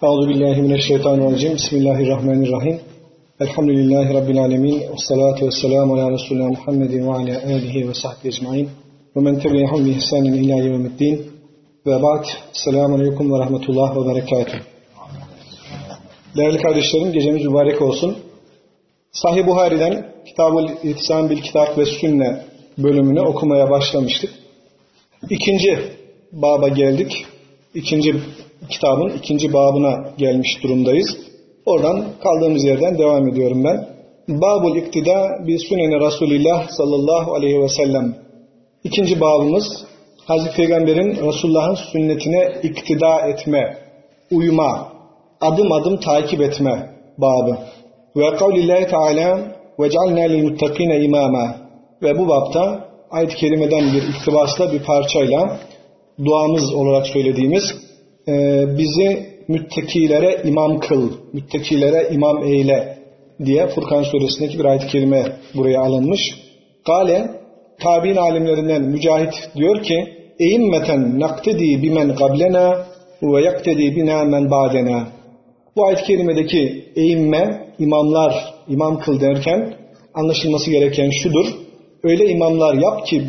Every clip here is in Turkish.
Euzubillahimineşşeytanirracim. Bismillahirrahmanirrahim. Elhamdülillahi Rabbil alemin. Vessalatu vesselamu ala Resulina Muhammedin ve ala alihi ve sahbihi ecmain. Ve men tebi'ahum bi ihsanin ila yevmiddin. Ve ba'd. Selamun aleyküm ve rahmetullah ve berekatuhu. Değerli kardeşlerim, gecemiz mübarek olsun. Sahih Buhari'den Kitabul İhtisam bil Kitap ve Sünne bölümünü okumaya başlamıştık. İkinci baba geldik. İkinci kitabın ikinci babına gelmiş durumdayız. Oradan kaldığımız yerden devam ediyorum ben. Babul iktida bi süneni Resulillah sallallahu aleyhi ve sellem. İkinci babımız Hazreti Peygamber'in Resulullah'ın sünnetine iktida etme, uyma, adım adım takip etme babı. Ve kavlillahi teala ve cealna lil muttakine imama. Ve bu babta ayet-i kerimeden bir iktibasla, bir parçayla duamız olarak söylediğimiz bizi müttekilere imam kıl, müttekilere imam eyle diye Furkan suresindeki bir ayet-i kerime buraya alınmış. Gale, tabi'in alimlerinden Mücahit diyor ki, e'immeten naktedi bimen qablena ve yaktedi bina men ba'dena. Bu ayet-i kerimedeki e'imme, imamlar, imam kıl derken anlaşılması gereken şudur. Öyle imamlar yap ki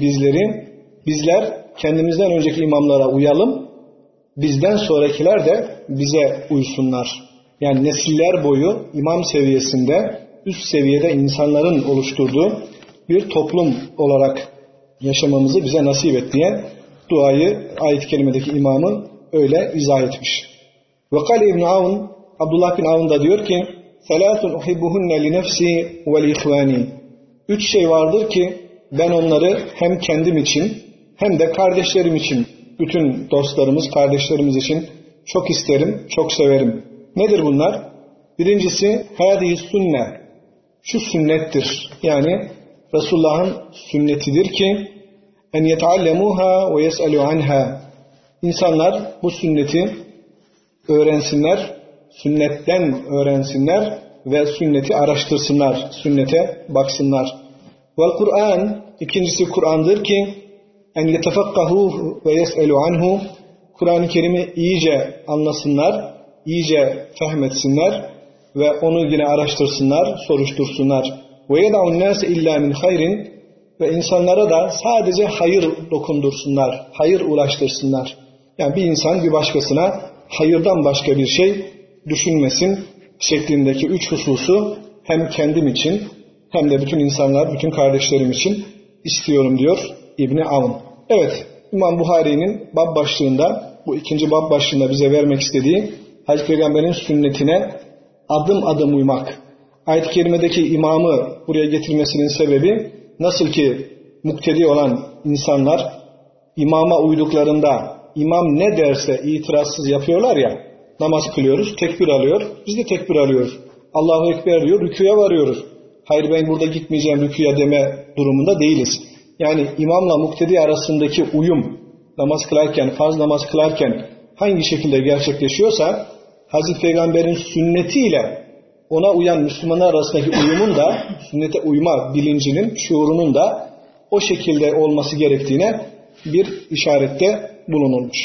bizler kendimizden önceki imamlara uyalım, bizden sonrakiler de bize uysunlar. Yani nesiller boyu imam seviyesinde, üst seviyede insanların oluşturduğu bir toplum olarak yaşamamızı bize nasip et diye duayı ayet-i kerimedeki imamı öyle izah etmiş. Ve kâle İbn Avn, Abdullah bin Avn da diyor ki, "Selâtun uhibbuhunne li nefsi ve li ihvâni." 3 şey vardır ki ben onları hem kendim için hem de kardeşlerim için, bütün dostlarımız, kardeşlerimiz için çok isterim, çok severim. Nedir bunlar? Birincisi, hâzihi sünne. Şu sünnettir. Yani Resulullah'ın sünnetidir ki en yetaallemuha ve yes'elu anha. İnsanlar bu sünneti öğrensinler, sünnetten öğrensinler ve sünneti araştırsınlar, sünnete baksınlar. Vel Kur'an, ikincisi Kur'an'dır ki en yetefakkahu ve yes'elu anhu. Kur'an-ı Kerim'i iyice anlasınlar, iyice fehmetsinler ve onu yine araştırsınlar, soruştursunlar. Ve yed'un nase illa min hayrin. Ve insanlara da sadece hayır dokundursunlar, hayır ulaştırsınlar. Yani bir insan bir başkasına hayırdan başka bir şey düşünmesin şeklindeki 3 hususu hem kendim için hem de bütün insanlar, bütün kardeşlerim için istiyorum diyor İbn Avn. Evet, İmam Buhari'nin bab başlığında, bu ikinci bab başlığında bize vermek istediği Hazreti Peygamber'in sünnetine adım adım uymak. Ayet-i kerimedeki imamı buraya getirmesinin sebebi, nasıl ki muktedi olan insanlar imama uyduklarında imam ne derse itirazsız yapıyorlar ya, namaz kılıyoruz, tekbir alıyor, biz de tekbir alıyoruz. Allahu Ekber diyor, rüküye varıyoruz. Hayır, ben burada gitmeyeceğim rüküye deme durumunda değiliz. Yani imamla muktedi arasındaki uyum, namaz kılarken, farz namaz kılarken hangi şekilde gerçekleşiyorsa, Hazreti Peygamber'in sünnetiyle ona uyan Müslümanlar arasındaki uyumun da, sünnete uyma bilincinin, şuurunun da o şekilde olması gerektiğine bir işarette bulunulmuş.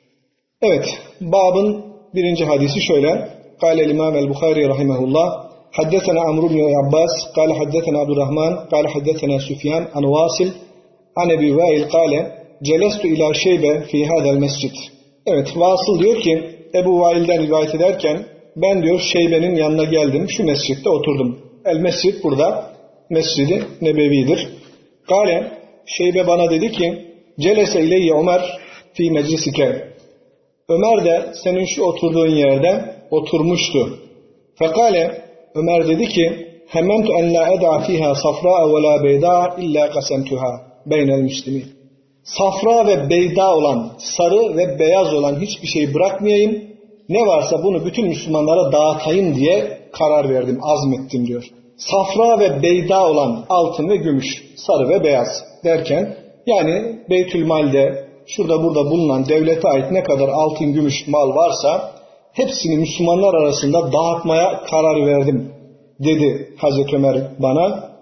Evet, babın birinci hadisi şöyle. Kâle İmam el-Bukhari rahimehullah. Haddesena Amr ibn Abbas, kâle haddesena Abdurrahman, kâle haddesena Süfyan, an Vasil, an Ebi Vail kâle, celestu ila şeybe fi hâzel mescid. Evet, Vasıl diyor ki, Ebu Vail'den rivayet ederken, ben diyor Şeybe'nin yanına geldim, şu mescitte oturdum. El mescid burada, Mescid-i Nebevi'dir. Kâle, Şeybe bana dedi ki, celese ileyye Ömer fi meclisike. Ömer de senin şu oturduğun yerde oturmuştu. Fekale, Ömer dedi ki, hemmentu en la ed'a fiha safra ve la beyda illa qasamtuha beynel müslimin. Safra ve beyda olan, sarı ve beyaz olan hiçbir şey bırakmayayım. Ne varsa bunu bütün Müslümanlara dağıtayım diye karar verdim, azmettim diyor. Safra ve beyda olan altın ve gümüş, sarı ve beyaz derken, yani Beytülmal'de, şurada burada bulunan devlete ait ne kadar altın, gümüş mal varsa hepsini Müslümanlar arasında dağıtmaya karar verdim dedi Hazreti Ömer bana.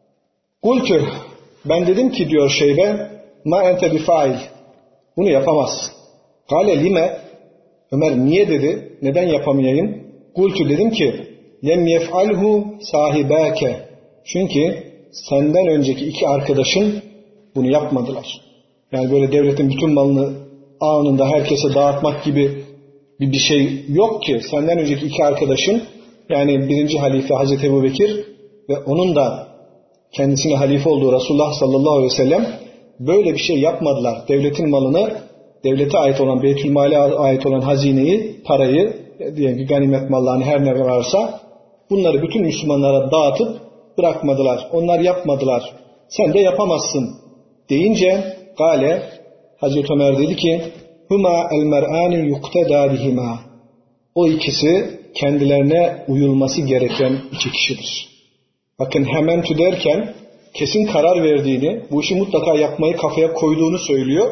Kultu, ben dedim ki diyor Şeybe, ma ente bifail, bunu yapamazsın. Kale lime, Ömer niye dedi? Neden yapamayayım? Kultu dedim ki lem yef'alhu sahibake. Çünkü senden önceki iki arkadaşın bunu yapmadılar. Yani böyle devletin bütün malını anında herkese dağıtmak gibi bir şey yok ki. Senden önceki iki arkadaşın, yani birinci halife Hazreti Ebubekir ve onun da kendisine halife olduğu Resulullah sallallahu aleyhi ve sellem böyle bir şey yapmadılar. Devletin malını, devlete ait olan, Beytülmal'e ait olan hazineyi, parayı, diyelim ki ganimet mallarını, her ne varsa bunları bütün Müslümanlara dağıtıp bırakmadılar. Onlar yapmadılar. Sen de yapamazsın deyince gale, Hazreti Ömer dedi ki huma el mer'ani yukteda bihima. O ikisi kendilerine uyulması gereken iki kişidir. Bakın hemen derken kesin karar verdiğini, bu işi mutlaka yapmayı kafaya koyduğunu söylüyor.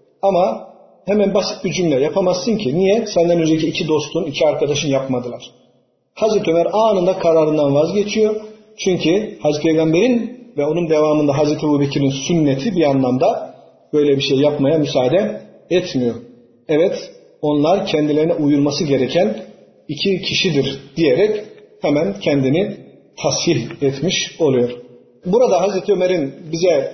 Ama hemen basit bir cümle, yapamazsın ki. Niye? Senden önceki iki dostun, iki arkadaşın yapmadılar. Hazreti Ömer anında kararından vazgeçiyor. Çünkü Hazreti Peygamber'in ve onun devamında Hazreti Ebubekir'in sünneti bir anlamda böyle bir şey yapmaya müsaade etmiyor. Evet, onlar kendilerine uyulması gereken iki kişidir diyerek hemen kendini tasih etmiş oluyor. Burada Hazreti Ömer'in bize,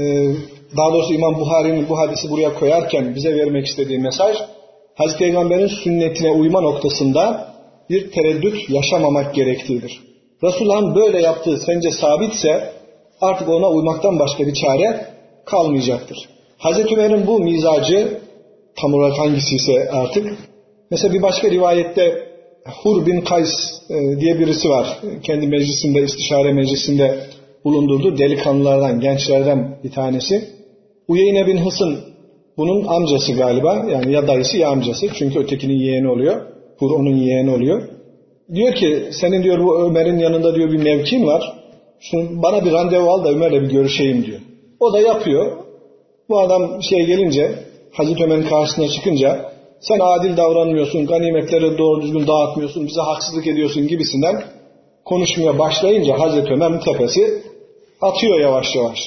daha doğrusu İmam Buhari'nin bu hadisi buraya koyarken bize vermek istediği mesaj, Hazreti Peygamber'in sünnetine uyma noktasında bir tereddüt yaşamamak gerektiğidir. Resulullah'ın böyle yaptığı sence sabitse artık ona uymaktan başka bir çare kalmayacaktır. Hazreti Ömer'in bu mizacı tam olarak hangisi ise artık, mesela bir başka rivayette Hur bin Kays diye birisi var. Kendi meclisinde, istişare meclisinde bulundurduğu delikanlılardan, gençlerden bir tanesi. Uyeyne bin Hısın bunun amcası galiba. Yani ya dayısı ya amcası. Çünkü ötekinin yeğeni oluyor. Hur onun yeğeni oluyor. Diyor ki senin diyor bu Ömer'in yanında diyor bir mevkin var. Bana bir randevu al da Ömer'le bir görüşeyim diyor. O da yapıyor. Bu adam gelince, Hazreti Ömer'in karşısına çıkınca sen adil davranmıyorsun, ganimetleri doğru düzgün dağıtmıyorsun, bize haksızlık ediyorsun gibisinden konuşmaya başlayınca Hazreti Ömer'in tepesi atıyor yavaş yavaş.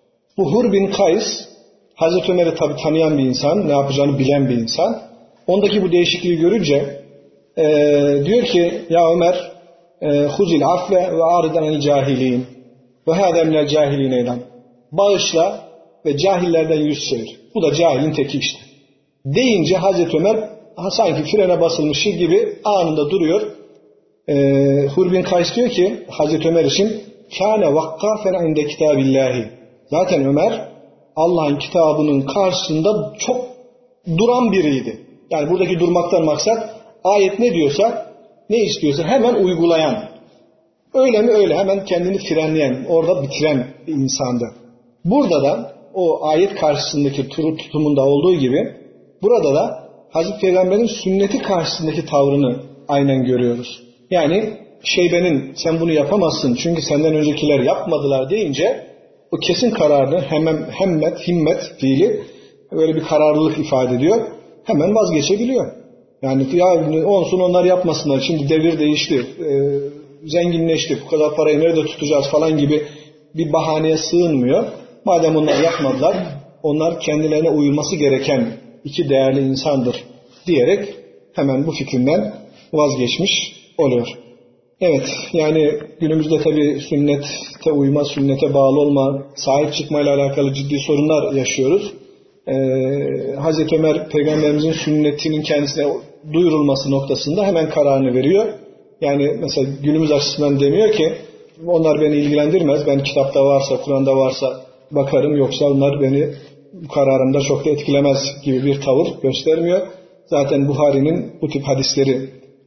Bu Hur bin Kays, Hazreti Ömer'i tabi tanıyan bir insan, ne yapacağını bilen bir insan. Ondaki bu değişikliği görünce diyor ki ya Ömer huzil afve ve aridan el cahilin ve hâdâ minel cahilin eydan. Bağışla ve cahillerden yüz çevir. Bu da cahilin teki işte. Deyince Hazreti Ömer sanki frene basılmış gibi anında duruyor. Hur bin Kays diyor ki Hazreti Ömer için kâne vakkâfen inde kitâbillâhi. Zaten Ömer Allah'ın kitabının karşısında çok duran biriydi. Yani buradaki durmaktan maksat ayet ne diyorsa, ne istiyorsa hemen uygulayan. Öyle mi öyle, hemen kendini frenleyen, orada bitiren bir insandı. Burada da o ayet karşısındaki tutumunda olduğu gibi burada da Hazreti Peygamber'in sünneti karşısındaki tavrını aynen görüyoruz. Yani Şeybe'nin sen bunu yapamazsın çünkü senden öncekiler yapmadılar deyince o kesin kararını himmet fiili böyle bir kararlılık ifade ediyor. Hemen vazgeçebiliyor. Yani ya olsun onlar yapmasınlar, şimdi devir değişti, zenginleştik, bu kadar parayı nerede tutacağız falan gibi bir bahaneye sığınmıyor. Madem onlar yapmadılar, onlar kendilerine uyulması gereken iki değerli insandır diyerek hemen bu fikrinden vazgeçmiş oluyor. Evet, yani günümüzde tabii sünnete uyma, sünnete bağlı olma, sahip çıkmayla alakalı ciddi sorunlar yaşıyoruz. Hazreti Ömer Peygamberimizin sünnetinin kendisine duyurulması noktasında hemen kararını veriyor. Yani mesela günümüz açısından demiyor ki onlar beni ilgilendirmez, ben kitapta varsa, Kur'an'da varsa bakarım, yoksa onlar beni bu kararımda çok da etkilemez gibi bir tavır göstermiyor. Zaten Buhari'nin bu tip hadisleri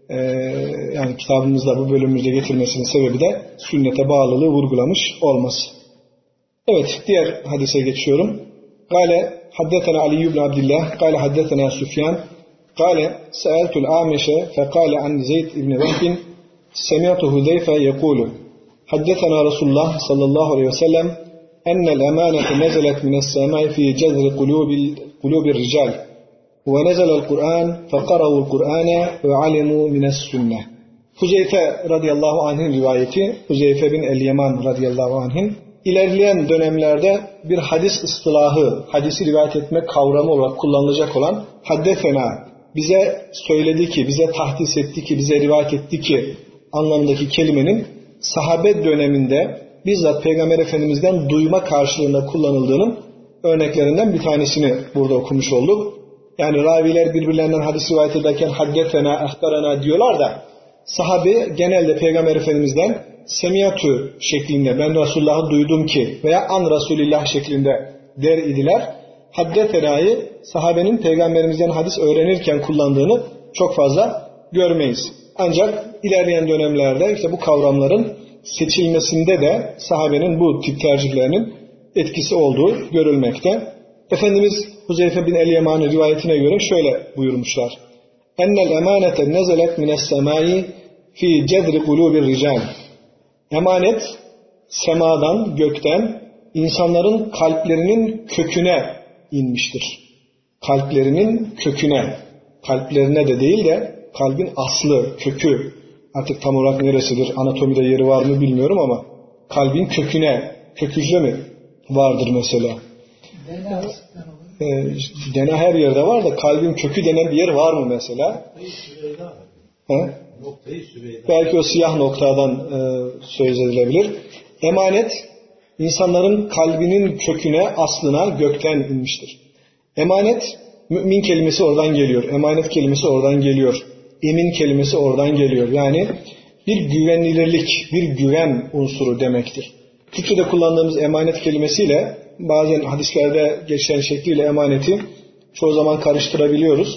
yani kitabımızda, bu bölümümüzde getirmesinin sebebi de sünnete bağlılığı vurgulamış olması. Evet, diğer hadise geçiyorum. Gale haddetena Ali ibn Abdullah, gale haddetena Süfyan, gale seeltul Ameşe fekale an Zeyd ibn Vehbin semi'tu Hudeyfe yekulu haddetena Resulullah sallallahu aleyhi ve sellem ennel emanete nezelet mine's-semâi fî cezri kulûbir rical ve nezelel Kur'an fekaravul Kur'ane ve alimu mine's-sünneh. Huzeyfe radıyallahu anh'ın rivayeti, Huzeyfe bin el-Yaman radıyallahu anh'ın ilerleyen dönemlerde bir hadis ıstılahı, hadisi rivayet etme kavramı olarak kullanılacak olan haddefena bize söyledi ki, bize tahdis etti ki, bize rivayet etti ki anlamındaki kelimenin sahabe döneminde bizzat Peygamber Efendimiz'den duyma karşılığında kullanıldığının örneklerinden bir tanesini burada okumuş olduk. Yani raviler birbirlerinden hadis rivayet ederken haddetena, ahbarana diyorlar da sahabe genelde Peygamber Efendimiz'den semiyatü şeklinde, ben Resulullah'ı duydum ki veya an Resulillah şeklinde der idiler. Haddetena'yı sahabenin Peygamberimizden hadis öğrenirken kullandığını çok fazla görmeyiz. Ancak ilerleyen dönemlerde işte bu kavramların seçilmesinde de sahabenin bu tip tercihlerinin etkisi olduğu görülmekte. Efendimiz Huzeyfe bin el-Yaman'ın rivayetine göre şöyle buyurmuşlar. Ennel emanete nezelet mines semai fi cedri kulubir rical. Emanet semadan, gökten insanların kalplerinin köküne inmiştir. Kalplerinin köküne, kalplerine de değil de kalbin aslı, kökü, artık tam olarak neresidir, anatomide yeri var mı bilmiyorum ama kalbin köküne, kök hücre mi vardır mesela? DNA her yerde var da kalbin kökü denen bir yer var mı mesela? Belki o siyah noktadan söz edilebilir. Emanet insanların kalbinin köküne, aslına gökten inmiştir. Emanet, mümin kelimesi oradan geliyor. Emanet kelimesi oradan geliyor. Emin kelimesi oradan geliyor. Yani bir güvenilirlik, bir güven unsuru demektir. Türkçe'de kullandığımız emanet kelimesiyle bazen hadislerde geçen şekliyle emaneti çoğu zaman karıştırabiliyoruz.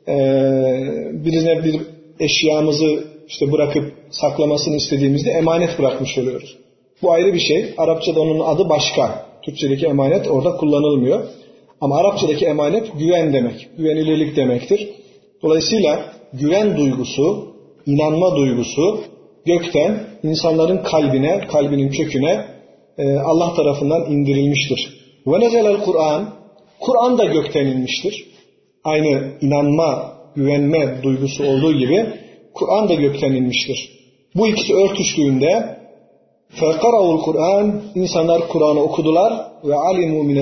Birine bir eşyamızı işte bırakıp saklamasını istediğimizde emanet bırakmış oluyoruz. Bu ayrı bir şey. Arapçada onun adı başka. Türkçedeki emanet orada kullanılmıyor. Ama Arapçadaki emanet güven demek. Güvenilirlik demektir. Dolayısıyla güven duygusu, inanma duygusu gökten insanların kalbine, kalbinin köküne Allah tarafından indirilmiştir. Ve nezelel Kur'an, Kur'an da gökten inmiştir. Aynı inanma, güvenme duygusu olduğu gibi Kur'an da gökten inmiştir. Bu ikisi örtüştüğünde فَقَرَوُ Kur'an, insanlar Kur'an'ı okudular ve alimu mine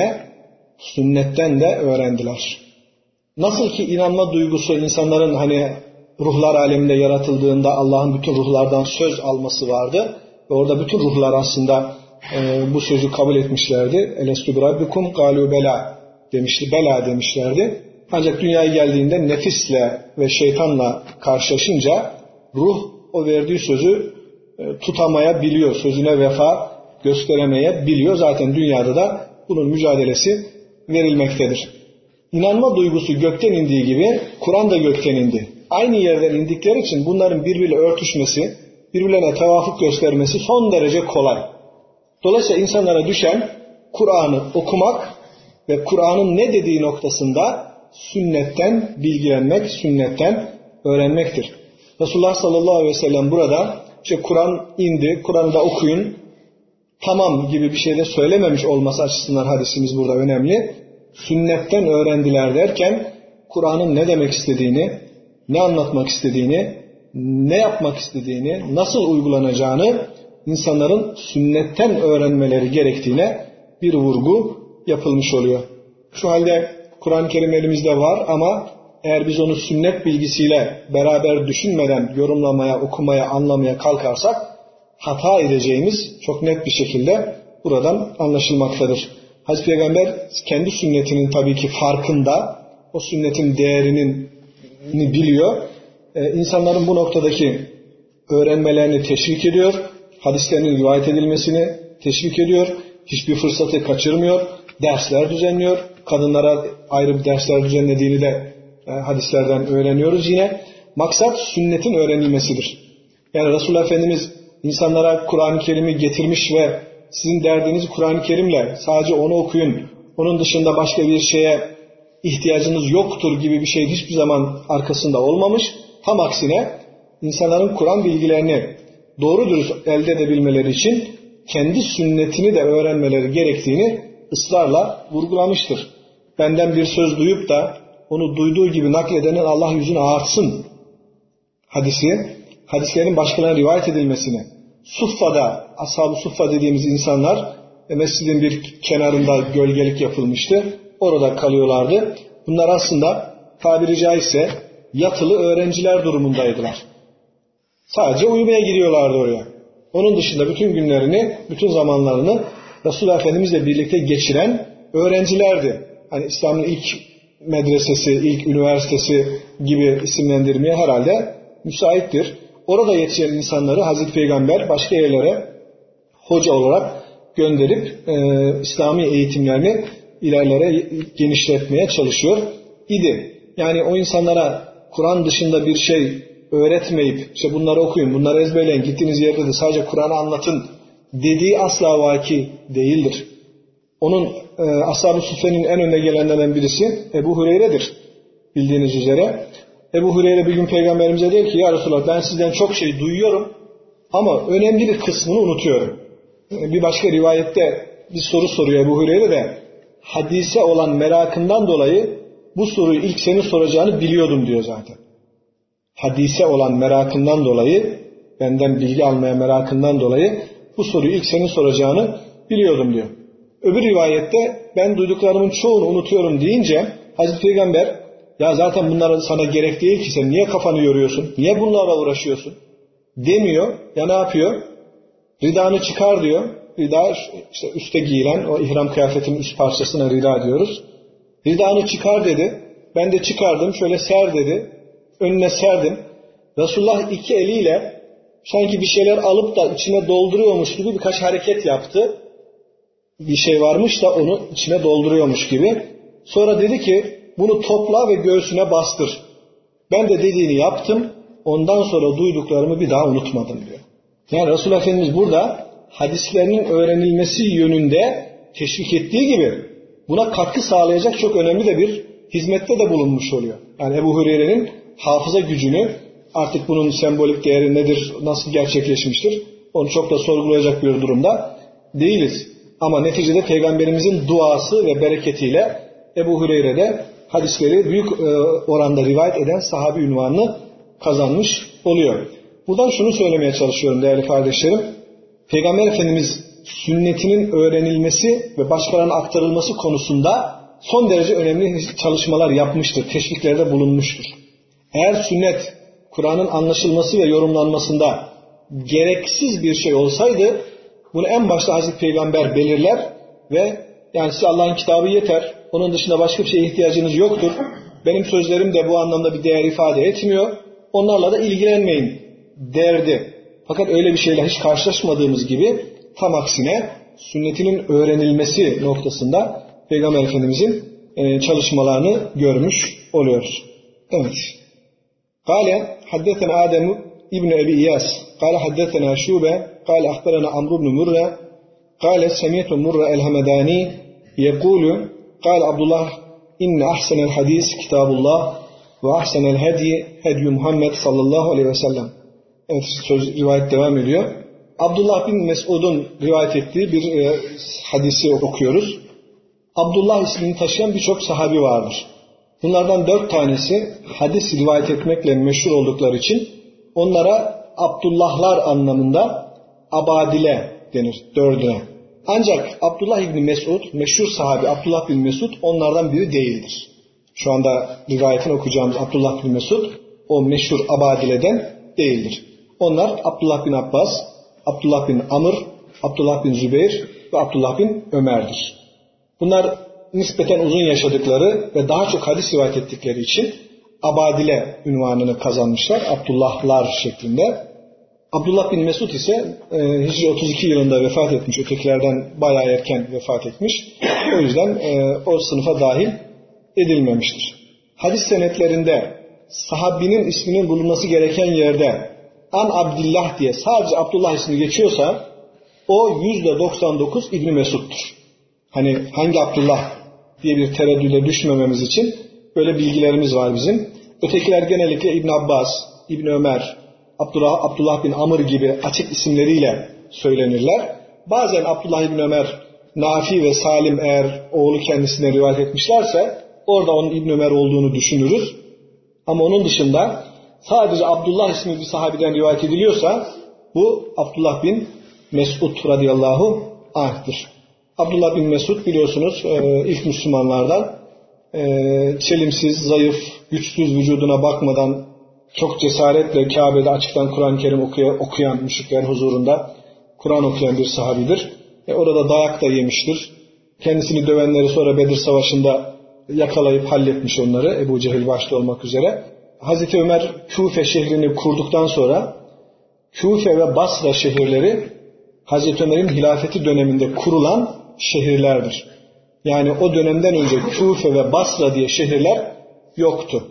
sünnetten de öğrendiler. Nasıl ki inanma duygusu insanların hani ruhlar aleminde yaratıldığında Allah'ın bütün ruhlardan söz alması vardı ve orada bütün ruhlar aslında bu sözü kabul etmişlerdi. Elestü bi rabbikum galu bela demişti, bela demişlerdi. Ancak dünyaya geldiğinde nefisle ve şeytanla karşılaşınca ruh o verdiği sözü tutamayabiliyor, sözüne vefa gösteremeyebiliyor. Zaten dünyada da bunun mücadelesi verilmektedir. İnanma duygusu gökten indiği gibi Kur'an da gökten indi. Aynı yerden indikleri için bunların birbiriyle örtüşmesi, birbirlerine tevafuk göstermesi son derece kolay. Dolayısıyla insanlara düşen Kur'an'ı okumak ve Kur'an'ın ne dediği noktasında sünnetten bilgilenmek, sünnetten öğrenmektir. Resulullah sallallahu aleyhi ve sellem burada işte Kur'an indi, Kur'an'ı da okuyun, tamam gibi bir şey de söylememiş olması açısından hadisimiz burada önemli. Sünnetten öğrendiler derken Kur'an'ın ne demek istediğini, ne anlatmak istediğini, ne yapmak istediğini, nasıl uygulanacağını insanların sünnetten öğrenmeleri gerektiğine bir vurgu yapılmış oluyor. Şu halde Kur'an-ı Kerim elimizde var ama eğer biz onu sünnet bilgisiyle beraber düşünmeden yorumlamaya, okumaya, anlamaya kalkarsak hata edeceğimiz çok net bir şekilde buradan anlaşılmaktadır. Hazreti Peygamber kendi sünnetinin tabii ki farkında, o sünnetin değerini biliyor. İnsanların bu noktadaki öğrenmelerini teşvik ediyor. Hadislerinin rivayet edilmesini teşvik ediyor. Hiçbir fırsatı kaçırmıyor. Dersler düzenliyor. Kadınlara ayrı bir dersler düzenlediğini de hadislerden öğreniyoruz yine. Maksat sünnetin öğrenilmesidir. Yani Resulullah Efendimiz insanlara Kur'an-ı Kerim'i getirmiş ve sizin derdiniz Kur'an-ı Kerim'le sadece onu okuyun, onun dışında başka bir şeye ihtiyacınız yoktur gibi bir şey hiçbir zaman arkasında olmamış. Tam aksine insanların Kur'an bilgilerini doğru dürüst elde edebilmeleri için kendi sünnetini de öğrenmeleri gerektiğini ısrarla vurgulamıştır. Benden bir söz duyup da onu duyduğu gibi nakledenin Allah yüzünü ağartsın hadislerin başkalarına rivayet edilmesini, Suffa'da, Ashab-ı Suffa dediğimiz insanlar mescidin bir kenarında gölgelik yapılmıştı. Orada kalıyorlardı. Bunlar aslında tabiri caizse yatılı öğrenciler durumundaydılar. Sadece uyumaya gidiyorlardı oraya. Onun dışında bütün günlerini, bütün zamanlarını Resulullah Efendimizle birlikte geçiren öğrencilerdi. Hani İslam'ın ilk medresesi, ilk üniversitesi gibi isimlendirmeye herhalde müsaittir. Orada yetişen insanları Hazreti Peygamber başka yerlere hoca olarak gönderip İslami eğitimlerini ilerlere genişletmeye çalışıyor idi. Yani o insanlara Kur'an dışında bir şey öğretmeyip işte bunları okuyun, bunları ezberleyin, gittiğiniz yerde de sadece Kur'an'ı anlatın dediği asla vaki değildir. Onun Ashab-ı Suffe'nin en önde gelenlerden birisi Ebu Hureyre'dir bildiğiniz üzere. Ebu Hureyre bir gün Peygamberimize der ki ya Resulallah ben sizden çok şey duyuyorum ama önemli bir kısmını unutuyorum. Bir başka rivayette bir soru soruyor Ebu Hureyre de hadise olan merakından dolayı bu soruyu ilk senin soracağını biliyordum diyor zaten. Hadise olan merakından dolayı, benden bilgi almaya merakından dolayı bu soruyu ilk senin soracağını biliyordum diyor. Öbür rivayette ben duyduklarımın çoğunu unutuyorum deyince Hazreti Peygamber ya zaten bunlar sana gerek değil ki sen niye kafanı yoruyorsun, niye bunlarla uğraşıyorsun demiyor. Ya ne yapıyor? Ridanı çıkar diyor. Rida işte üstte giyilen o ihram kıyafetinin üst parçasına rida diyoruz. Ridanı çıkar dedi. Ben de çıkardım. Şöyle ser dedi. Önüne serdim. Resulullah iki eliyle sanki bir şeyler alıp da içine dolduruyormuş gibi birkaç hareket yaptı. Bir şey varmış da onu içine dolduruyormuş gibi. Sonra dedi ki bunu topla ve göğsüne bastır. Ben de dediğini yaptım. Ondan sonra duyduklarımı bir daha unutmadım diyor. Yani Resulullah Efendimiz burada hadislerinin öğrenilmesi yönünde teşvik ettiği gibi buna katkı sağlayacak çok önemli de bir hizmette de bulunmuş oluyor. Yani Ebu Hureyre'nin hafıza gücünü artık bunun sembolik değeri nedir, nasıl gerçekleşmiştir onu çok da sorgulayacak bir durumda değiliz. Ama neticede Peygamberimizin duası ve bereketiyle Ebu Hureyre de hadisleri büyük oranda rivayet eden sahabi unvanını kazanmış oluyor. Buradan şunu söylemeye çalışıyorum değerli kardeşlerim. Peygamber Efendimiz sünnetinin öğrenilmesi ve başkalarına aktarılması konusunda son derece önemli çalışmalar yapmıştır, teşviklerde bulunmuştur. Eğer sünnet, Kur'an'ın anlaşılması ve yorumlanmasında gereksiz bir şey olsaydı, bunu en başta Hazreti Peygamber belirler ve yani size Allah'ın kitabı yeter, onun dışında başka bir şeye ihtiyacınız yoktur, benim sözlerim de bu anlamda bir değer ifade etmiyor, onlarla da ilgilenmeyin derdi. Fakat öyle bir şeyle hiç karşılaşmadığımız gibi tam aksine sünnetinin öğrenilmesi noktasında Peygamber Efendimizin çalışmalarını görmüş oluyoruz. Evet. Kale haddetena Adem İbn Ebi İyas. Kale haddetena Şube. Kale akberana Amr ibn Murra. Kale semi'tu Murra el-Hamedani yekulu. Kale Abdullah inne ahsenel hadis kitabullah ve ahsenel hedi hedi Muhammed sallallahu aleyhi ve sellem. Evet, rivayet devam ediyor. Abdullah bin Mesud'un rivayet ettiği bir hadisi okuyoruz. Abdullah ismini taşıyan birçok sahabi vardır. Bunlardan 4 tanesi hadis rivayet etmekle meşhur oldukları için onlara Abdullahlar anlamında abadile denir 4'üne. Ancak Abdullah İbni Mesud, meşhur sahabi Abdullah bin Mesud onlardan biri değildir. Şu anda rivayetini okuyacağımız Abdullah bin Mesud o meşhur abadileden değildir. Onlar Abdullah bin Abbas, Abdullah bin Amr, Abdullah bin Zübeyir ve Abdullah bin Ömer'dir. Bunlar nispeten uzun yaşadıkları ve daha çok hadis rivayet ettikleri için abadile unvanını kazanmışlar. Abdullahlar şeklinde. Abdullah bin Mesud ise Hicri 32 yılında vefat etmiş. Ötekilerden bayağı erken vefat etmiş. O yüzden o sınıfa dahil edilmemiştir. Hadis senetlerinde sahabinin isminin bulunması gereken yerde An Abdillah diye sadece Abdullah ismi geçiyorsa o %99 İbn Mesud'dur. Hani hangi Abdullah diye bir tereddüde düşmememiz için böyle bilgilerimiz var bizim. Ötekiler genellikle İbn Abbas, İbn Ömer, Abdullah bin Amr gibi açık isimleriyle söylenirler. Bazen Abdullah İbn Ömer, Nafi ve Salim eğer oğlu kendisine rivayet etmişlerse orada onun İbn Ömer olduğunu düşünürüz. Ama onun dışında sadece Abdullah ismi bir sahabeden rivayet ediliyorsa bu Abdullah bin Mesud radıyallahu anh'tır. Abdullah bin Mesud biliyorsunuz ilk Müslümanlardan çelimsiz, zayıf, güçsüz vücuduna bakmadan çok cesaretle Kabe'de açıktan Kur'an-ı Kerim okuyan, müşriklerin huzurunda Kur'an okuyan bir sahabidir. Orada dayak da yemiştir. Kendisini dövenleri sonra Bedir Savaşı'nda yakalayıp halletmiş onları, Ebu Cehil başta olmak üzere. Hazreti Ömer Küfe şehrini kurduktan sonra Küfe ve Basra şehirleri Hazreti Ömer'in hilafeti döneminde kurulan şehirlerdir. Yani o dönemden önce Küfe ve Basra diye şehirler yoktu.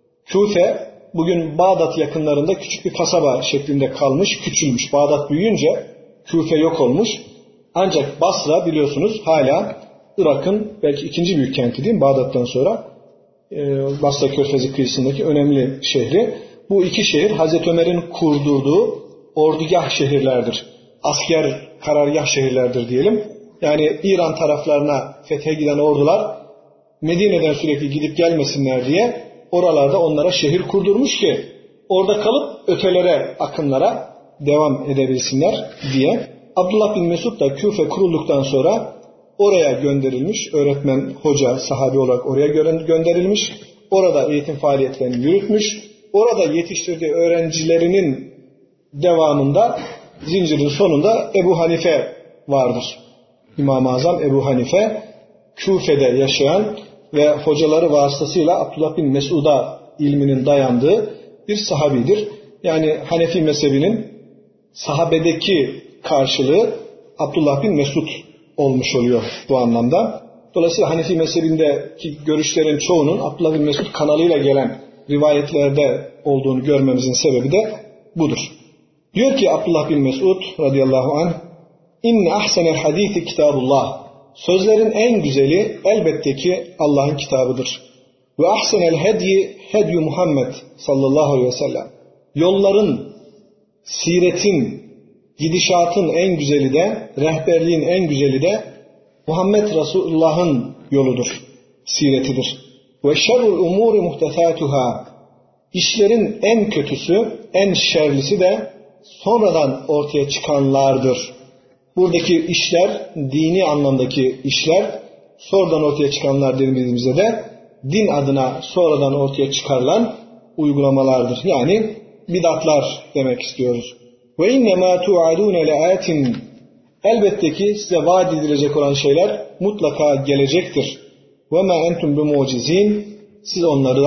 Küfe bugün Bağdat yakınlarında küçük bir kasaba şeklinde kalmış, küçülmüş. Bağdat büyüyünce Küfe yok olmuş. Ancak Basra biliyorsunuz hala Irak'ın belki ikinci büyük kenti değil mi? Bağdat'tan sonra Basra Körfezi kıyısındaki önemli şehri. Bu iki şehir Hazreti Ömer'in kurdurduğu ordugah şehirlerdir. Asker karargah şehirlerdir diyelim. Yani İran taraflarına fethe giden ordular Medine'den sürekli gidip gelmesinler diye oralarda onlara şehir kurdurmuş ki orada kalıp ötelere, akınlara devam edebilsinler diye. Abdullah bin Mesud da Küfe kurulduktan sonra oraya gönderilmiş, öğretmen, hoca, sahabe olarak oraya gönderilmiş. Orada eğitim faaliyetlerini yürütmüş. Orada yetiştirdiği öğrencilerinin devamında zincirin sonunda Ebu Hanife vardır. İmam-ı Azam Ebu Hanife Küfe'de yaşayan ve hocaları vasıtasıyla Abdullah bin Mesud'a ilminin dayandığı bir sahabidir. Yani Hanefi mezhebinin sahabedeki karşılığı Abdullah bin Mesud olmuş oluyor bu anlamda. Dolayısıyla Hanefi mezhebindeki görüşlerin çoğunun Abdullah bin Mesud kanalıyla gelen rivayetlerde olduğunu görmemizin sebebi de budur. Diyor ki Abdullah bin Mesud radıyallahu anh, İnne ahsenel hadisi kitabullah. Sözlerin en güzeli elbette ki Allah'ın kitabıdır. Ve ahsenel hedyi hedyu Muhammed sallallahu aleyhi ve sellem. Yolların, siretin, gidişatın en güzeli de, rehberliğin en güzeli de Muhammed Resulullah'ın yoludur, siretidir. Ve şerrul umuri muhtesatuhâ. İşlerin en kötüsü, en şerlisi de sonradan ortaya çıkanlardır. Buradaki işler, dini anlamdaki işler, sonradan ortaya çıkanlar dediğimizde de din adına sonradan ortaya çıkarılan uygulamalardır. Yani bidatlar demek istiyoruz. Ve innemâ tu'adûne le'âtin. Elbette ki size vaat edilecek olan şeyler mutlaka gelecektir. Ve mâ entum bimucizîn. Siz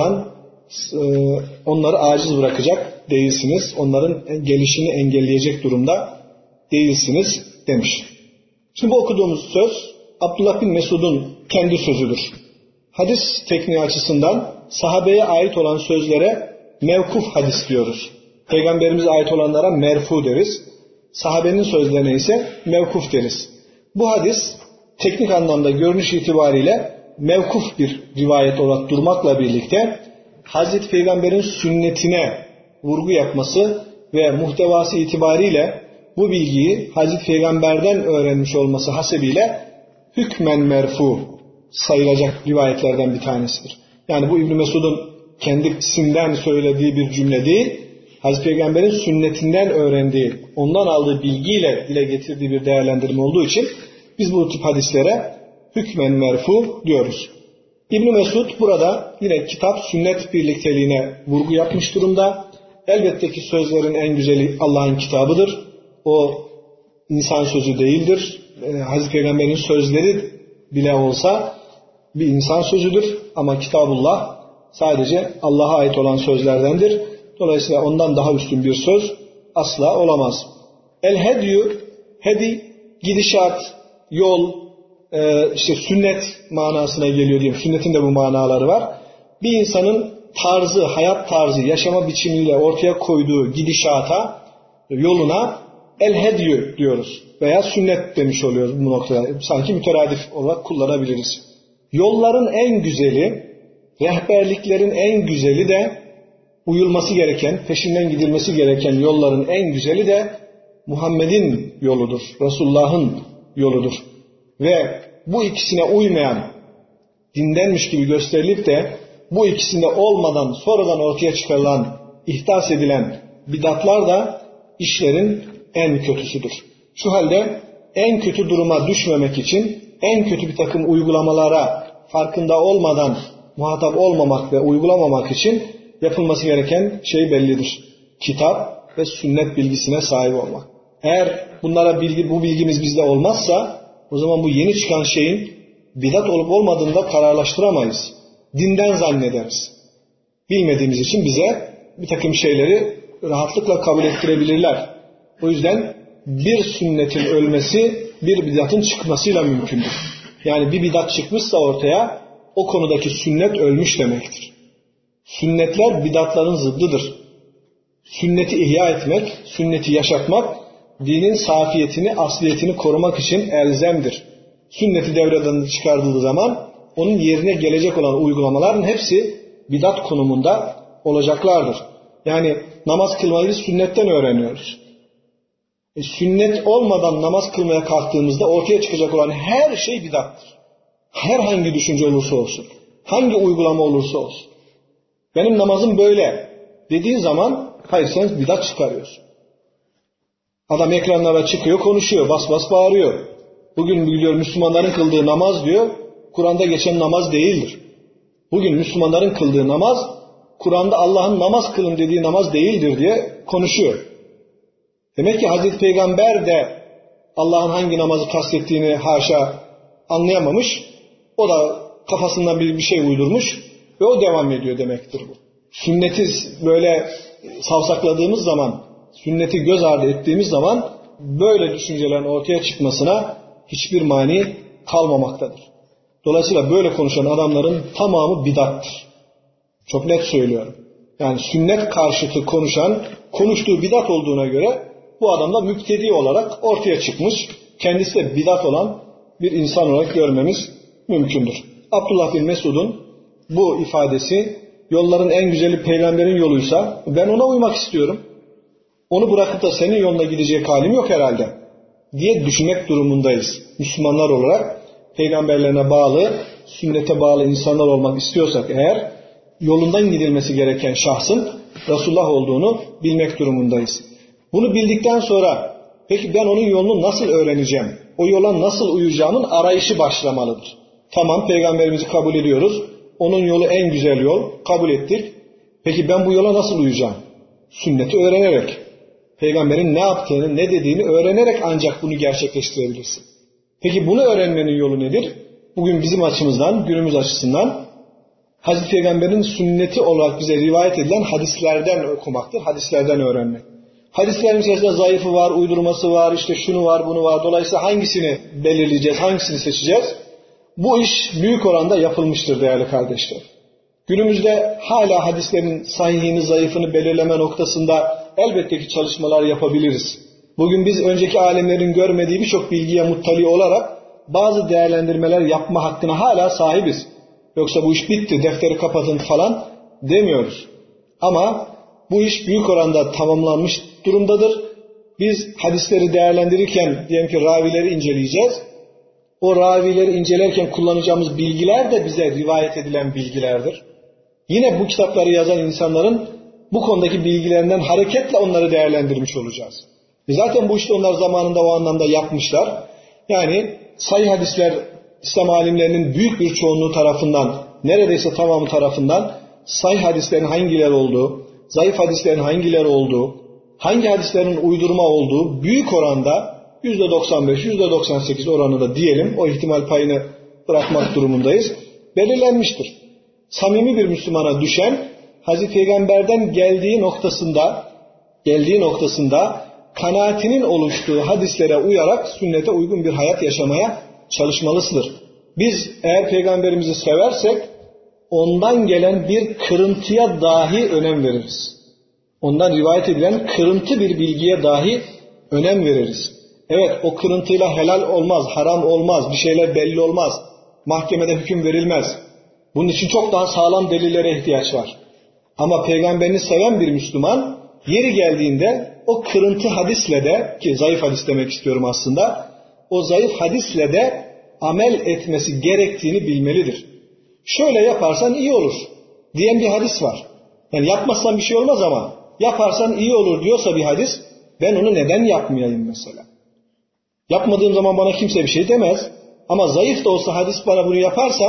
onları aciz bırakacak değilsiniz. Onların gelişini engelleyecek durumda değilsiniz demiş. Şimdi bu okuduğumuz söz Abdullah bin Mesud'un kendi sözüdür. Hadis tekniği açısından sahabeye ait olan sözlere mevkuf hadis diyoruz. Peygamberimize ait olanlara merfu deriz. Sahabenin sözlerine ise mevkuf deriz. Bu hadis teknik anlamda görünüş itibariyle mevkuf bir rivayet olarak durmakla birlikte Hazreti Peygamber'in sünnetine vurgu yapması ve muhtevası itibariyle bu bilgiyi Hazreti Peygamber'den öğrenmiş olması hasebiyle hükmen merfu sayılacak rivayetlerden bir tanesidir. Yani bu İbn Mesud'un kendisinden söylediği bir cümle değil, Hazreti Peygamber'in sünnetinden öğrendiği, ondan aldığı bilgiyle dile getirdiği bir değerlendirme olduğu için biz bu tip hadislere hükmen merfu diyoruz. İbn Mesud burada yine kitap sünnet birlikteliğine vurgu yapmış durumda. Elbette ki sözlerin en güzeli Allah'ın kitabıdır. O insan sözü değildir. Hazreti Peygamber'in sözleri bile olsa bir insan sözüdür. Ama Kitabullah sadece Allah'a ait olan sözlerdendir. Dolayısıyla ondan daha üstün bir söz asla olamaz. El-Hedyü, hedi, gidişat, yol, sünnet manasına geliyor diyeyim. Sünnetin de bu manaları var. Bir insanın tarzı, hayat tarzı, yaşama biçimiyle ortaya koyduğu gidişata, yoluna el-Hedyü diyoruz. Veya sünnet demiş oluyoruz bu noktada. Sanki müteradif olarak kullanabiliriz. Yolların en güzeli, rehberliklerin en güzeli de uyulması gereken, peşinden gidilmesi gereken yolların en güzeli de Muhammed'in yoludur. Resulullah'ın yoludur. Ve bu ikisine uymayan, dindenmiş gibi gösterilip de bu ikisinde olmadan sonradan ortaya çıkarılan, ihdas edilen bidatlar da işlerin en kötüsüdür. Şu halde en kötü duruma düşmemek için en kötü bir takım uygulamalara farkında olmadan muhatap olmamak ve uygulamamak için yapılması gereken şey bellidir. Kitap ve sünnet bilgisine sahip olmak. Eğer bu bilgimiz bizde olmazsa o zaman bu yeni çıkan şeyin bidat olup olmadığını da kararlaştıramayız. Dinden zannederiz. Bilmediğimiz için bize bir takım şeyleri rahatlıkla kabul ettirebilirler. O yüzden bir sünnetin ölmesi bir bidatın çıkmasıyla mümkündür. Yani bir bidat çıkmışsa ortaya o konudaki sünnet ölmüş demektir. Sünnetler bidatların zıddıdır. Sünneti ihya etmek, sünneti yaşatmak dinin safiyetini, asliyetini korumak için elzemdir. Sünneti devreden çıkardığı zaman onun yerine gelecek olan uygulamaların hepsi bidat konumunda olacaklardır. Yani namaz kılmayı biz sünnetten öğreniyoruz. Sünnet olmadan namaz kılmaya kalktığımızda ortaya çıkacak olan her şey bidattır. Herhangi düşünce olursa olsun, hangi uygulama olursa olsun. Benim namazım böyle dediği zaman hayır, sen bidat çıkarıyorsun. Adam ekranlara çıkıyor, konuşuyor, bas bas bağırıyor. Bugün biliyor Müslümanların kıldığı namaz diyor, Kur'an'da geçen namaz değildir. Bugün Müslümanların kıldığı namaz, Kur'an'da Allah'ın namaz kılın dediği namaz değildir diye konuşuyor. Demek ki Hazreti Peygamber de Allah'ın hangi namazı kastettiğini haşa anlayamamış. O da kafasından bir şey uydurmuş ve o devam ediyor demektir bu. Sünneti böyle savsakladığımız zaman, sünneti göz ardı ettiğimiz zaman böyle düşüncelerin ortaya çıkmasına hiçbir mani kalmamaktadır. Dolayısıyla böyle konuşan adamların tamamı bidattır. Çok net söylüyorum. Yani sünnet karşıtı konuştuğu bidat olduğuna göre bu adam da müptedi olarak ortaya çıkmış, kendisi de bidat olan bir insan olarak görmemiz mümkündür. Abdullah bin Mesud'un bu ifadesi, yolların en güzeli peygamberin yoluysa ben ona uymak istiyorum. Onu bırakıp da senin yoluna gidecek halim yok herhalde diye düşünmek durumundayız. Müslümanlar olarak peygamberlerine bağlı, sünnete bağlı insanlar olmak istiyorsak eğer, yolundan gidilmesi gereken şahsın Resulullah olduğunu bilmek durumundayız. Bunu bildikten sonra peki ben onun yolunu nasıl öğreneceğim? O yola nasıl uyacağımın arayışı başlamalıdır. Tamam, peygamberimizi kabul ediyoruz. Onun yolu en güzel yol. Kabul ettik. Peki ben bu yola nasıl uyacağım? Sünneti öğrenerek. Peygamberin ne yaptığını, ne dediğini öğrenerek ancak bunu gerçekleştirebilirsin. Peki bunu öğrenmenin yolu nedir? Bugün bizim açımızdan, günümüz açısından Hazreti Peygamber'in sünneti olarak bize rivayet edilen hadislerden okumaktır. Hadislerden öğrenmek. Hadislerin içerisinde zayıfı var, uydurması var, işte şunu var, bunu var. Dolayısıyla hangisini belirleyeceğiz, hangisini seçeceğiz? Bu iş büyük oranda yapılmıştır değerli kardeşler. Günümüzde hala hadislerin sahihini, zayıfını belirleme noktasında elbette ki çalışmalar yapabiliriz. Bugün biz önceki alimlerin görmediği birçok bilgiye muttali olarak bazı değerlendirmeler yapma hakkına hala sahibiz. Yoksa bu iş bitti, defteri kapatın falan demiyoruz. Ama bu iş büyük oranda tamamlanmış durumdadır. Biz hadisleri değerlendirirken diyelim ki ravileri inceleyeceğiz. O ravileri incelerken kullanacağımız bilgiler de bize rivayet edilen bilgilerdir. Yine bu kitapları yazan insanların bu konudaki bilgilerinden hareketle onları değerlendirmiş olacağız. Zaten bu işte onlar zamanında o anlamda yapmışlar. Yani sahih hadisler İslam alimlerinin büyük bir çoğunluğu tarafından, neredeyse tamamı tarafından sahih hadislerin hangileri olduğu, zayıf hadislerin hangileri olduğu, hangi hadislerin uydurma olduğu büyük oranda %95, %98 oranında diyelim, o ihtimal payını bırakmak durumundayız, belirlenmiştir. Samimi bir Müslümana düşen Hazreti Peygamber'den geldiği noktasında kanaatinin oluştuğu hadislere uyarak sünnete uygun bir hayat yaşamaya çalışmalısıdır. Biz eğer Peygamberimizi seversek ondan gelen bir kırıntıya dahi önem veririz. Ondan rivayet edilen kırıntı bir bilgiye dahi önem veririz. Evet, o kırıntıyla helal olmaz, haram olmaz, bir şeyler belli olmaz. Mahkemede hüküm verilmez. Bunun için çok daha sağlam delillere ihtiyaç var. Ama Peygamberini seven bir Müslüman yeri geldiğinde o kırıntı hadisle de, ki zayıf hadis demek istiyorum aslında, o zayıf hadisle de amel etmesi gerektiğini bilmelidir. Şöyle yaparsan iyi olur diyen bir hadis var. Yani yapmazsan bir şey olmaz ama yaparsan iyi olur diyorsa bir hadis, ben onu neden yapmayayım mesela? Yapmadığım zaman bana kimse bir şey demez. Ama zayıf da olsa hadis bana bunu yaparsam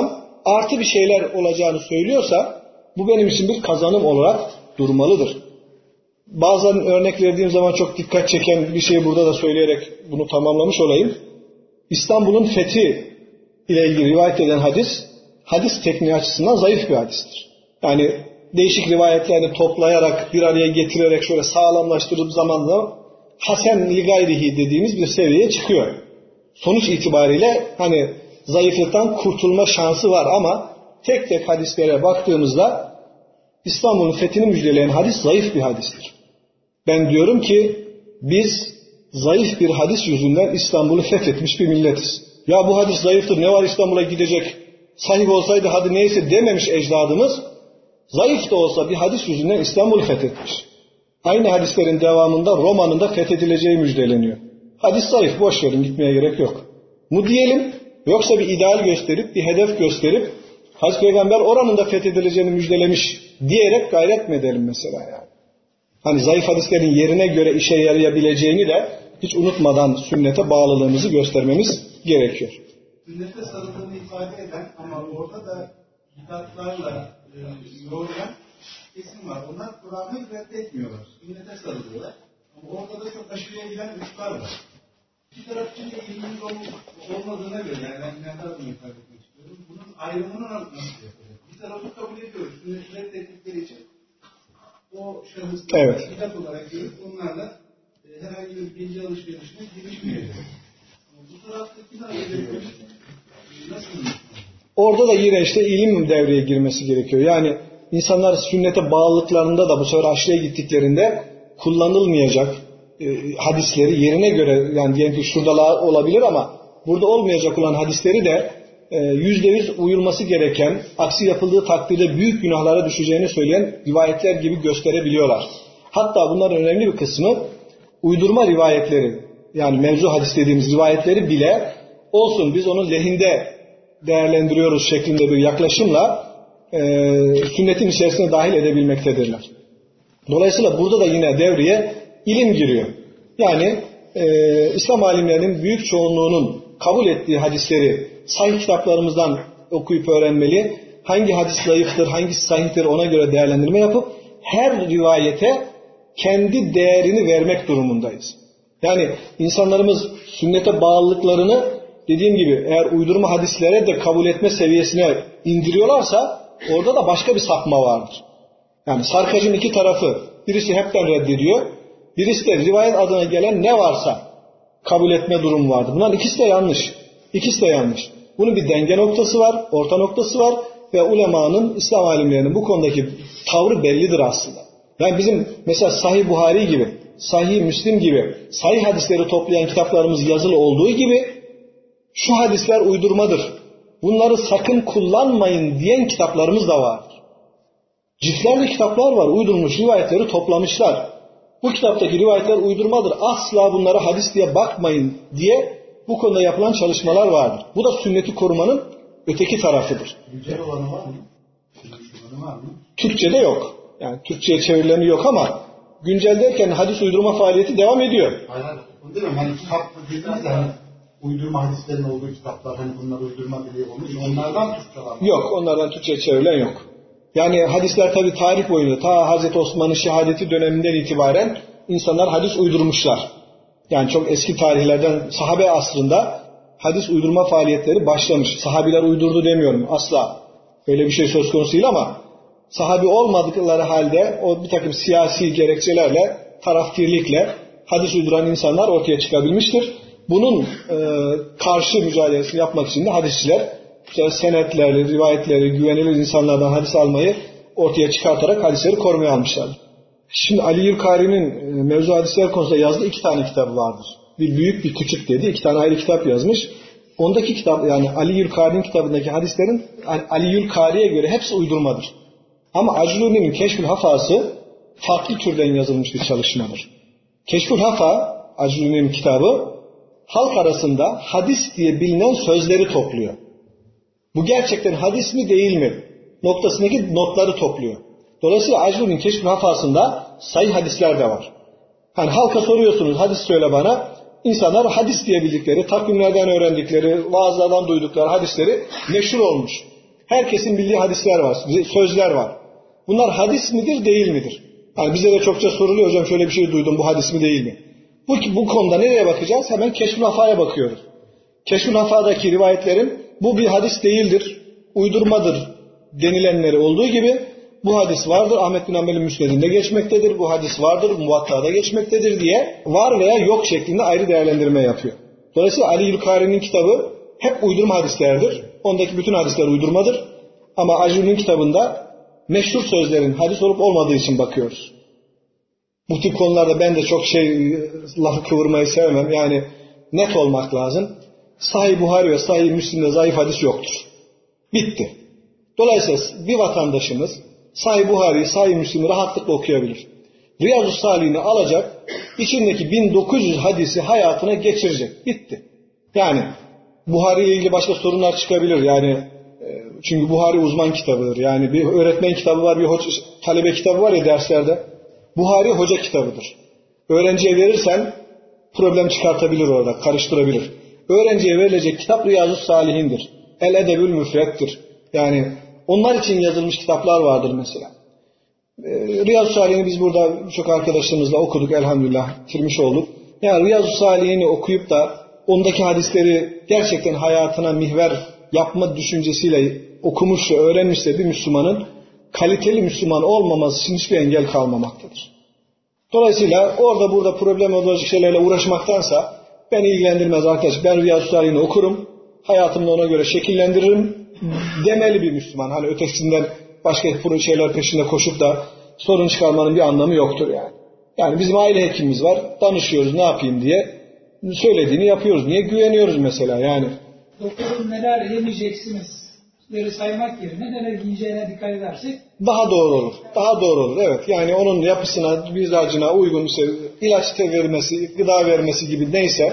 artı bir şeyler olacağını söylüyorsa bu benim için bir kazanım olarak durmalıdır. Bazen örnek verdiğim zaman çok dikkat çeken bir şeyi burada da söyleyerek bunu tamamlamış olayım. İstanbul'un fethi ile ilgili rivayet eden hadis tekniği açısından zayıf bir hadistir. Yani değişik rivayetlerini toplayarak, bir araya getirerek şöyle sağlamlaştırıp zamanla hasen li gayrihi dediğimiz bir seviyeye çıkıyor. Sonuç itibariyle hani zayıflıktan kurtulma şansı var ama tek tek hadislere baktığımızda İstanbul'un fethini müjdeleyen hadis zayıf bir hadistir. Ben diyorum ki biz zayıf bir hadis yüzünden İstanbul'u fethetmiş bir milletiz. Ya bu hadis zayıftır, ne var İstanbul'a gidecek, sahip olsaydı hadi neyse dememiş ecdadımız, zayıf da olsa bir hadis yüzünden İstanbul'u fethetmiş. Aynı hadislerin devamında Roma'nın da fethedileceği müjdeleniyor. Hadis zayıf, boş verin, gitmeye gerek yok. Mu diyelim, yoksa bir ideal gösterip, bir hedef gösterip, Hazreti Peygamber oranın da fethedileceğini müjdelemiş diyerek gayret mi edelim mesela yani. Hani zayıf hadislerin yerine göre işe yarayabileceğini de hiç unutmadan sünnete bağlılığımızı göstermemiz gerekiyor. Sünnete sarıldığını ifade eden ama orada da kitaplarla yoğrulan kesim var. Onlar Kur'an'ı reddetmiyorlar. Sünnete sarılıyorlar. Ama orada da çok aşırıya giden uçlar var. Bir taraf için de ilgimiz olmadığına göre, yani ben ne kadar bunu ifade etmek istiyorum. Bunun ayrımını nasıl yapacak? Bir tarafı kabul ediyoruz. Sünneti reddettikleri için o şahısları evet, kitap olarak görüp onlarla herhangi bir bilgi alışverişine girişmeyecek. Bu taraftaki nasıl? Orada da yine işte ilim devreye girmesi gerekiyor. Yani insanlar sünnete bağlılıklarında da bu sefer aşırıya gittiklerinde kullanılmayacak hadisleri yerine göre, yani diyelim ki şurada olabilir ama burada olmayacak olan hadisleri de %100 uyulması gereken, aksi yapıldığı takdirde büyük günahlara düşeceğini söyleyen rivayetler gibi gösterebiliyorlar. Hatta bunların önemli bir kısmı uydurma rivayetleri, yani mevzu hadis dediğimiz rivayetleri bile olsun biz onun lehinde değerlendiriyoruz şeklinde bir yaklaşımla sünnetin içerisine dahil edebilmektedirler. Dolayısıyla burada da yine devreye ilim giriyor. Yani İslam alimlerinin büyük çoğunluğunun kabul ettiği hadisleri sahih kitaplarımızdan okuyup öğrenmeli. Hangi hadis zayıftır, hangisi sahihtir ona göre değerlendirme yapıp her rivayete kendi değerini vermek durumundayız. Yani insanlarımız sünnete bağlılıklarını dediğim gibi eğer uydurma hadislere de kabul etme seviyesine indiriyorlarsa orada da başka bir sapma vardır. Yani sarkacın iki tarafı, birisi hepten reddediyor, birisi de rivayet adına gelen ne varsa kabul etme durumu vardır. Bunların ikisi de yanlış. İkisi de yanlış. Bunun bir denge noktası var, orta noktası var ve ulemanın, İslam alimlerinin bu konudaki tavrı bellidir aslında. Yani bizim mesela Sahih Buhari gibi, Sahih Müslim gibi, sahih hadisleri toplayan kitaplarımız yazılı olduğu gibi şu hadisler uydurmadır, bunları sakın kullanmayın diyen kitaplarımız da var. Ciltlerle kitaplar var, uydurmuş rivayetleri toplamışlar. Bu kitaptaki rivayetler uydurmadır, asla bunlara hadis diye bakmayın diye bu konuda yapılan çalışmalar vardır. Bu da sünneti korumanın öteki tarafıdır. Güncel olanı var mı? Var mı? Türkçe'de yok. Yani Türkçe'ye çevirileri yok ama güncel derken hadis uydurma faaliyeti devam ediyor. Hayır, onu demiyorum. Hani kitap dediğimiz hani uydurma hadislerin olduğu kitaplar, hani bunlar uydurma diye olmuş. Onlardan Türkçe var mı? Yok, onlardan Türkçe'ye çevrilen yok. Yani hadisler tabi tarih boyunca ta Hazreti Osman'ın şehadeti döneminden itibaren insanlar hadis uydurmuşlar. Yani çok eski tarihlerden sahabe asrında hadis uydurma faaliyetleri başlamış. Sahabiler uydurdu demiyorum asla. Öyle bir şey söz konusu değil ama sahabi olmadıkları halde o bir takım siyasi gerekçelerle, tarafkirlikle hadis uyduran insanlar ortaya çıkabilmiştir. Bunun karşı mücadelesini yapmak için de hadisçiler senetleri, rivayetleri, güvenilir insanlardan hadis almayı ortaya çıkartarak hadisleri korumaya almışlardır. Şimdi Ali Yülkari'nin mevzu hadisler konusunda yazdığı 2 tane kitabı vardır. Bir büyük bir küçük dedi. 2 tane ayrı kitap yazmış. Ondaki kitap, yani Ali Yülkari'nin kitabındaki hadislerin Ali Yülkari'ye göre hepsi uydurmadır. Ama Acluni'nin Keşfül Hafası farklı türden yazılmış bir çalışmadır. Keşfül Hafa, Acluni'nin kitabı, halk arasında hadis diye bilinen sözleri topluyor. Bu gerçekten hadis mi değil mi noktasındaki notları topluyor. Dolayısıyla Acluni'nin Keşfül Hafasında sahih hadisler de var. Hani halka soruyorsunuz, hadis söyle bana. İnsanlar hadis diye bildikleri, takvimlerden öğrendikleri, vaazlardan duydukları hadisleri meşhur olmuş. Herkesin bildiği hadisler var, sözler var. Bunlar hadis midir, değil midir? Yani bize de çokça soruluyor, hocam şöyle bir şey duydum, bu hadis mi değil mi? Bu konuda nereye bakacağız? Hemen Keşf-ül Hafa'ya bakıyoruz. Keşf-ül Hafa'daki rivayetlerin bu bir hadis değildir, uydurmadır denilenleri olduğu gibi bu hadis vardır, Ahmed bin Hanbel'in Müsned'inde geçmektedir, bu hadis vardır, Muvatta'da geçmektedir diye var veya yok şeklinde ayrı değerlendirme yapıyor. Dolayısıyla Ali Yülkari'nin kitabı hep uydurma hadislerdir. Ondaki bütün hadisler uydurmadır. Ama Ajur'un kitabında meşhur sözlerin hadis olup olmadığı için bakıyoruz. Bu tip konularda ben de çok lafı kıvırmayı sevmem. Yani net olmak lazım. Sahih Buhari ve Sahih Müslim'de zayıf hadis yoktur. Bitti. Dolayısıyla bir vatandaşımız Sahih Buhari'yi, Sahih Müslim'i rahatlıkla okuyabilir. Riyazu Salih'ini alacak, içindeki 1900 hadisi hayatına geçirecek. Bitti. Yani Buhari ile ilgili başka sorunlar çıkabilir. Yani çünkü Buhari uzman kitabıdır. Yani bir öğretmen kitabı var, bir talebe kitabı var ya derslerde. Buhari hoca kitabıdır. Öğrenciye verirsen problem çıkartabilir orada, karıştırabilir. Öğrenciye verilecek kitap Riyazu Salihin'dir. El Edebül Müfret'tir. Yani onlar için yazılmış kitaplar vardır mesela. Riyazu Salihini biz burada çok arkadaşlarımızla okuduk elhamdülillah, bitirmiş olduk. Yani Riyazu Salihini okuyup da ondaki hadisleri gerçekten hayatına mihver yapma düşüncesiyle okumuş ve öğrenmişse bir Müslümanın kaliteli Müslüman olmaması için hiçbir engel kalmamaktadır. Dolayısıyla orada burada problem olacak şeylerle uğraşmaktansa beni ilgilendirmez arkadaş. Ben Riyazu Salihini okurum, hayatımda ona göre şekillendiririm demeli bir Müslüman. Hani ötesinden başka şeyler peşinde koşup da sorun çıkarmanın bir anlamı yoktur yani. Yani bizim aile hekimimiz var, danışıyoruz ne yapayım diye söylediğini yapıyoruz. Niye güveniyoruz mesela yani? Doktorun neler yemeyeceksiniz saymak yerine neler yiyeceğine dikkat edersek daha doğru olur. Daha doğru olur. Evet. Yani onun yapısına, mizacına uygun ilaç vermesi, gıda vermesi gibi neyse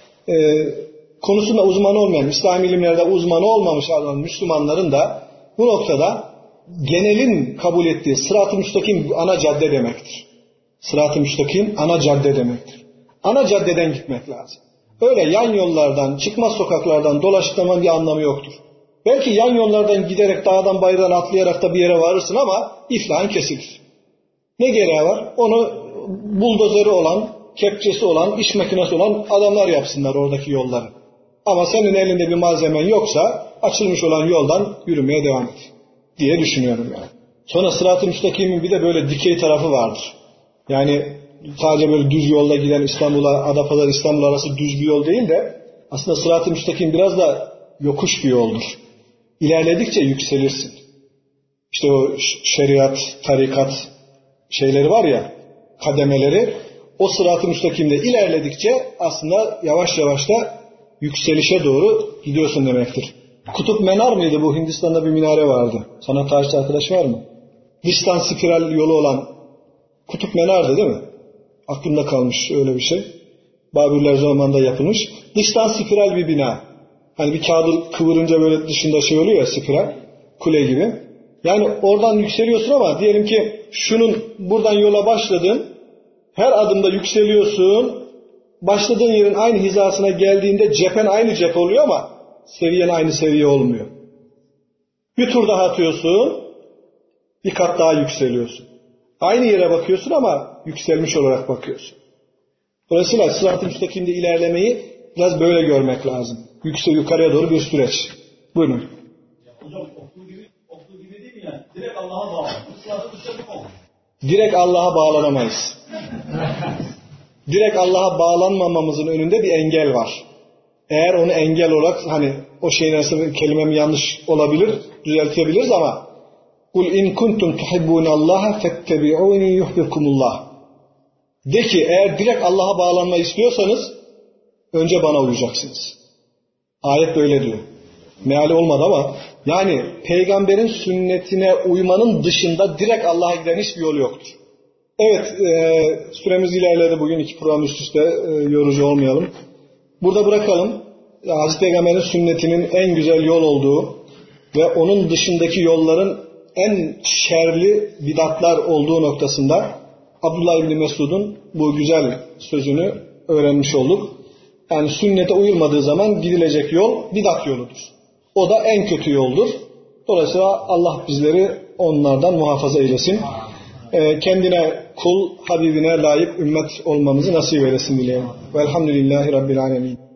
konusunda uzman olmayan, İslam ilimlerde uzman olmamış olan Müslümanların da bu noktada genelin kabul ettiği sırat-ı müstakim ana cadde demektir. Sırat-ı müstakim ana cadde demektir. Ana caddeden gitmek lazım. Öyle yan yollardan, çıkmaz sokaklardan dolaştırmanın bir anlamı yoktur. Belki yan yollardan giderek dağdan bayırdan atlayarak da bir yere varırsın ama iflahın kesilir. Ne gereği var? Onu buldozeri olan, kepçesi olan, iş makinesi olan adamlar yapsınlar oradaki yolları. Ama senin elinde bir malzemen yoksa açılmış olan yoldan yürümeye devam et diye düşünüyorum yani. Sonra sırat-ı müstakimin bir de böyle dikey tarafı vardır. Yani sadece böyle düz yolda giden İstanbul'a, Adapazarı İstanbul arası düz bir yol değil de aslında sırat-ı müstakim biraz da yokuş bir yoldur. İlerledikçe yükselirsin. İşte o şeriat, tarikat şeyleri var ya, kademeleri, o sırat-ı müstakimde ilerledikçe aslında yavaş yavaş da yükselişe doğru gidiyorsun demektir. Kutup Menar mıydı bu? Hindistan'da bir minare vardı. Sanat tarihçi arkadaş var mı? Dıştan spiral yolu olan Kutup Menar'dı değil mi? Aklımda kalmış öyle bir şey. Babürler zamanında yapılmış. Dıştan spiral bir bina. Hani bir kağıdı kıvırınca böyle dışında şey oluyor ya, spiral. Kule gibi. Yani oradan yükseliyorsun ama diyelim ki şunun buradan yola başladın. Her adımda yükseliyorsun. Başladığın yerin aynı hizasına geldiğinde cephen aynı cephe oluyor ama seviyen aynı seviye olmuyor. Bir tur daha atıyorsun. Bir kat daha yükseliyorsun. Aynı yere bakıyorsun ama yükselmiş olarak bakıyorsun. Dolayısıyla sırat-ı müstakimde ilerlemeyi biraz böyle görmek lazım. Yukarıya doğru bir süreç. Buyurun. Hocam okul gibi değil mi yani? Direkt Allah'a bağlı. Sırat-ı müstakim olur. Direkt Allah'a bağlanamayız. Direkt Allah'a bağlanmamamızın önünde bir engel var. Eğer onu engel olarak hani o şeyin arasında kelimem yanlış olabilir, düzeltebiliriz ama kul in kuntum tuhibbunallaha fettebi'uni yuhibbukumullah. De ki eğer direkt Allah'a bağlanmayı istiyorsanız önce bana uyacaksınız. Ayet böyle diyor. Meali olmadı ama yani peygamberin sünnetine uymanın dışında direkt Allah'a giden hiçbir yol yoktur. Evet, süremiz ilerledi bugün 2 program üst üste yorucu olmayalım. Burada bırakalım. Hazreti Peygamber'in sünnetinin en güzel yol olduğu ve onun dışındaki yolların en şerli bidatlar olduğu noktasında Abdullah İbni Mesud'un bu güzel sözünü öğrenmiş olduk. Yani sünnete uyulmadığı zaman gidilecek yol bidat yoludur. O da en kötü yoldur. Dolayısıyla Allah bizleri onlardan muhafaza eylesin. Kendine kul, Habibine layık ümmet olmamızı nasip eylesin dileyelim. Velhamdülillahi Rabbil Alemin.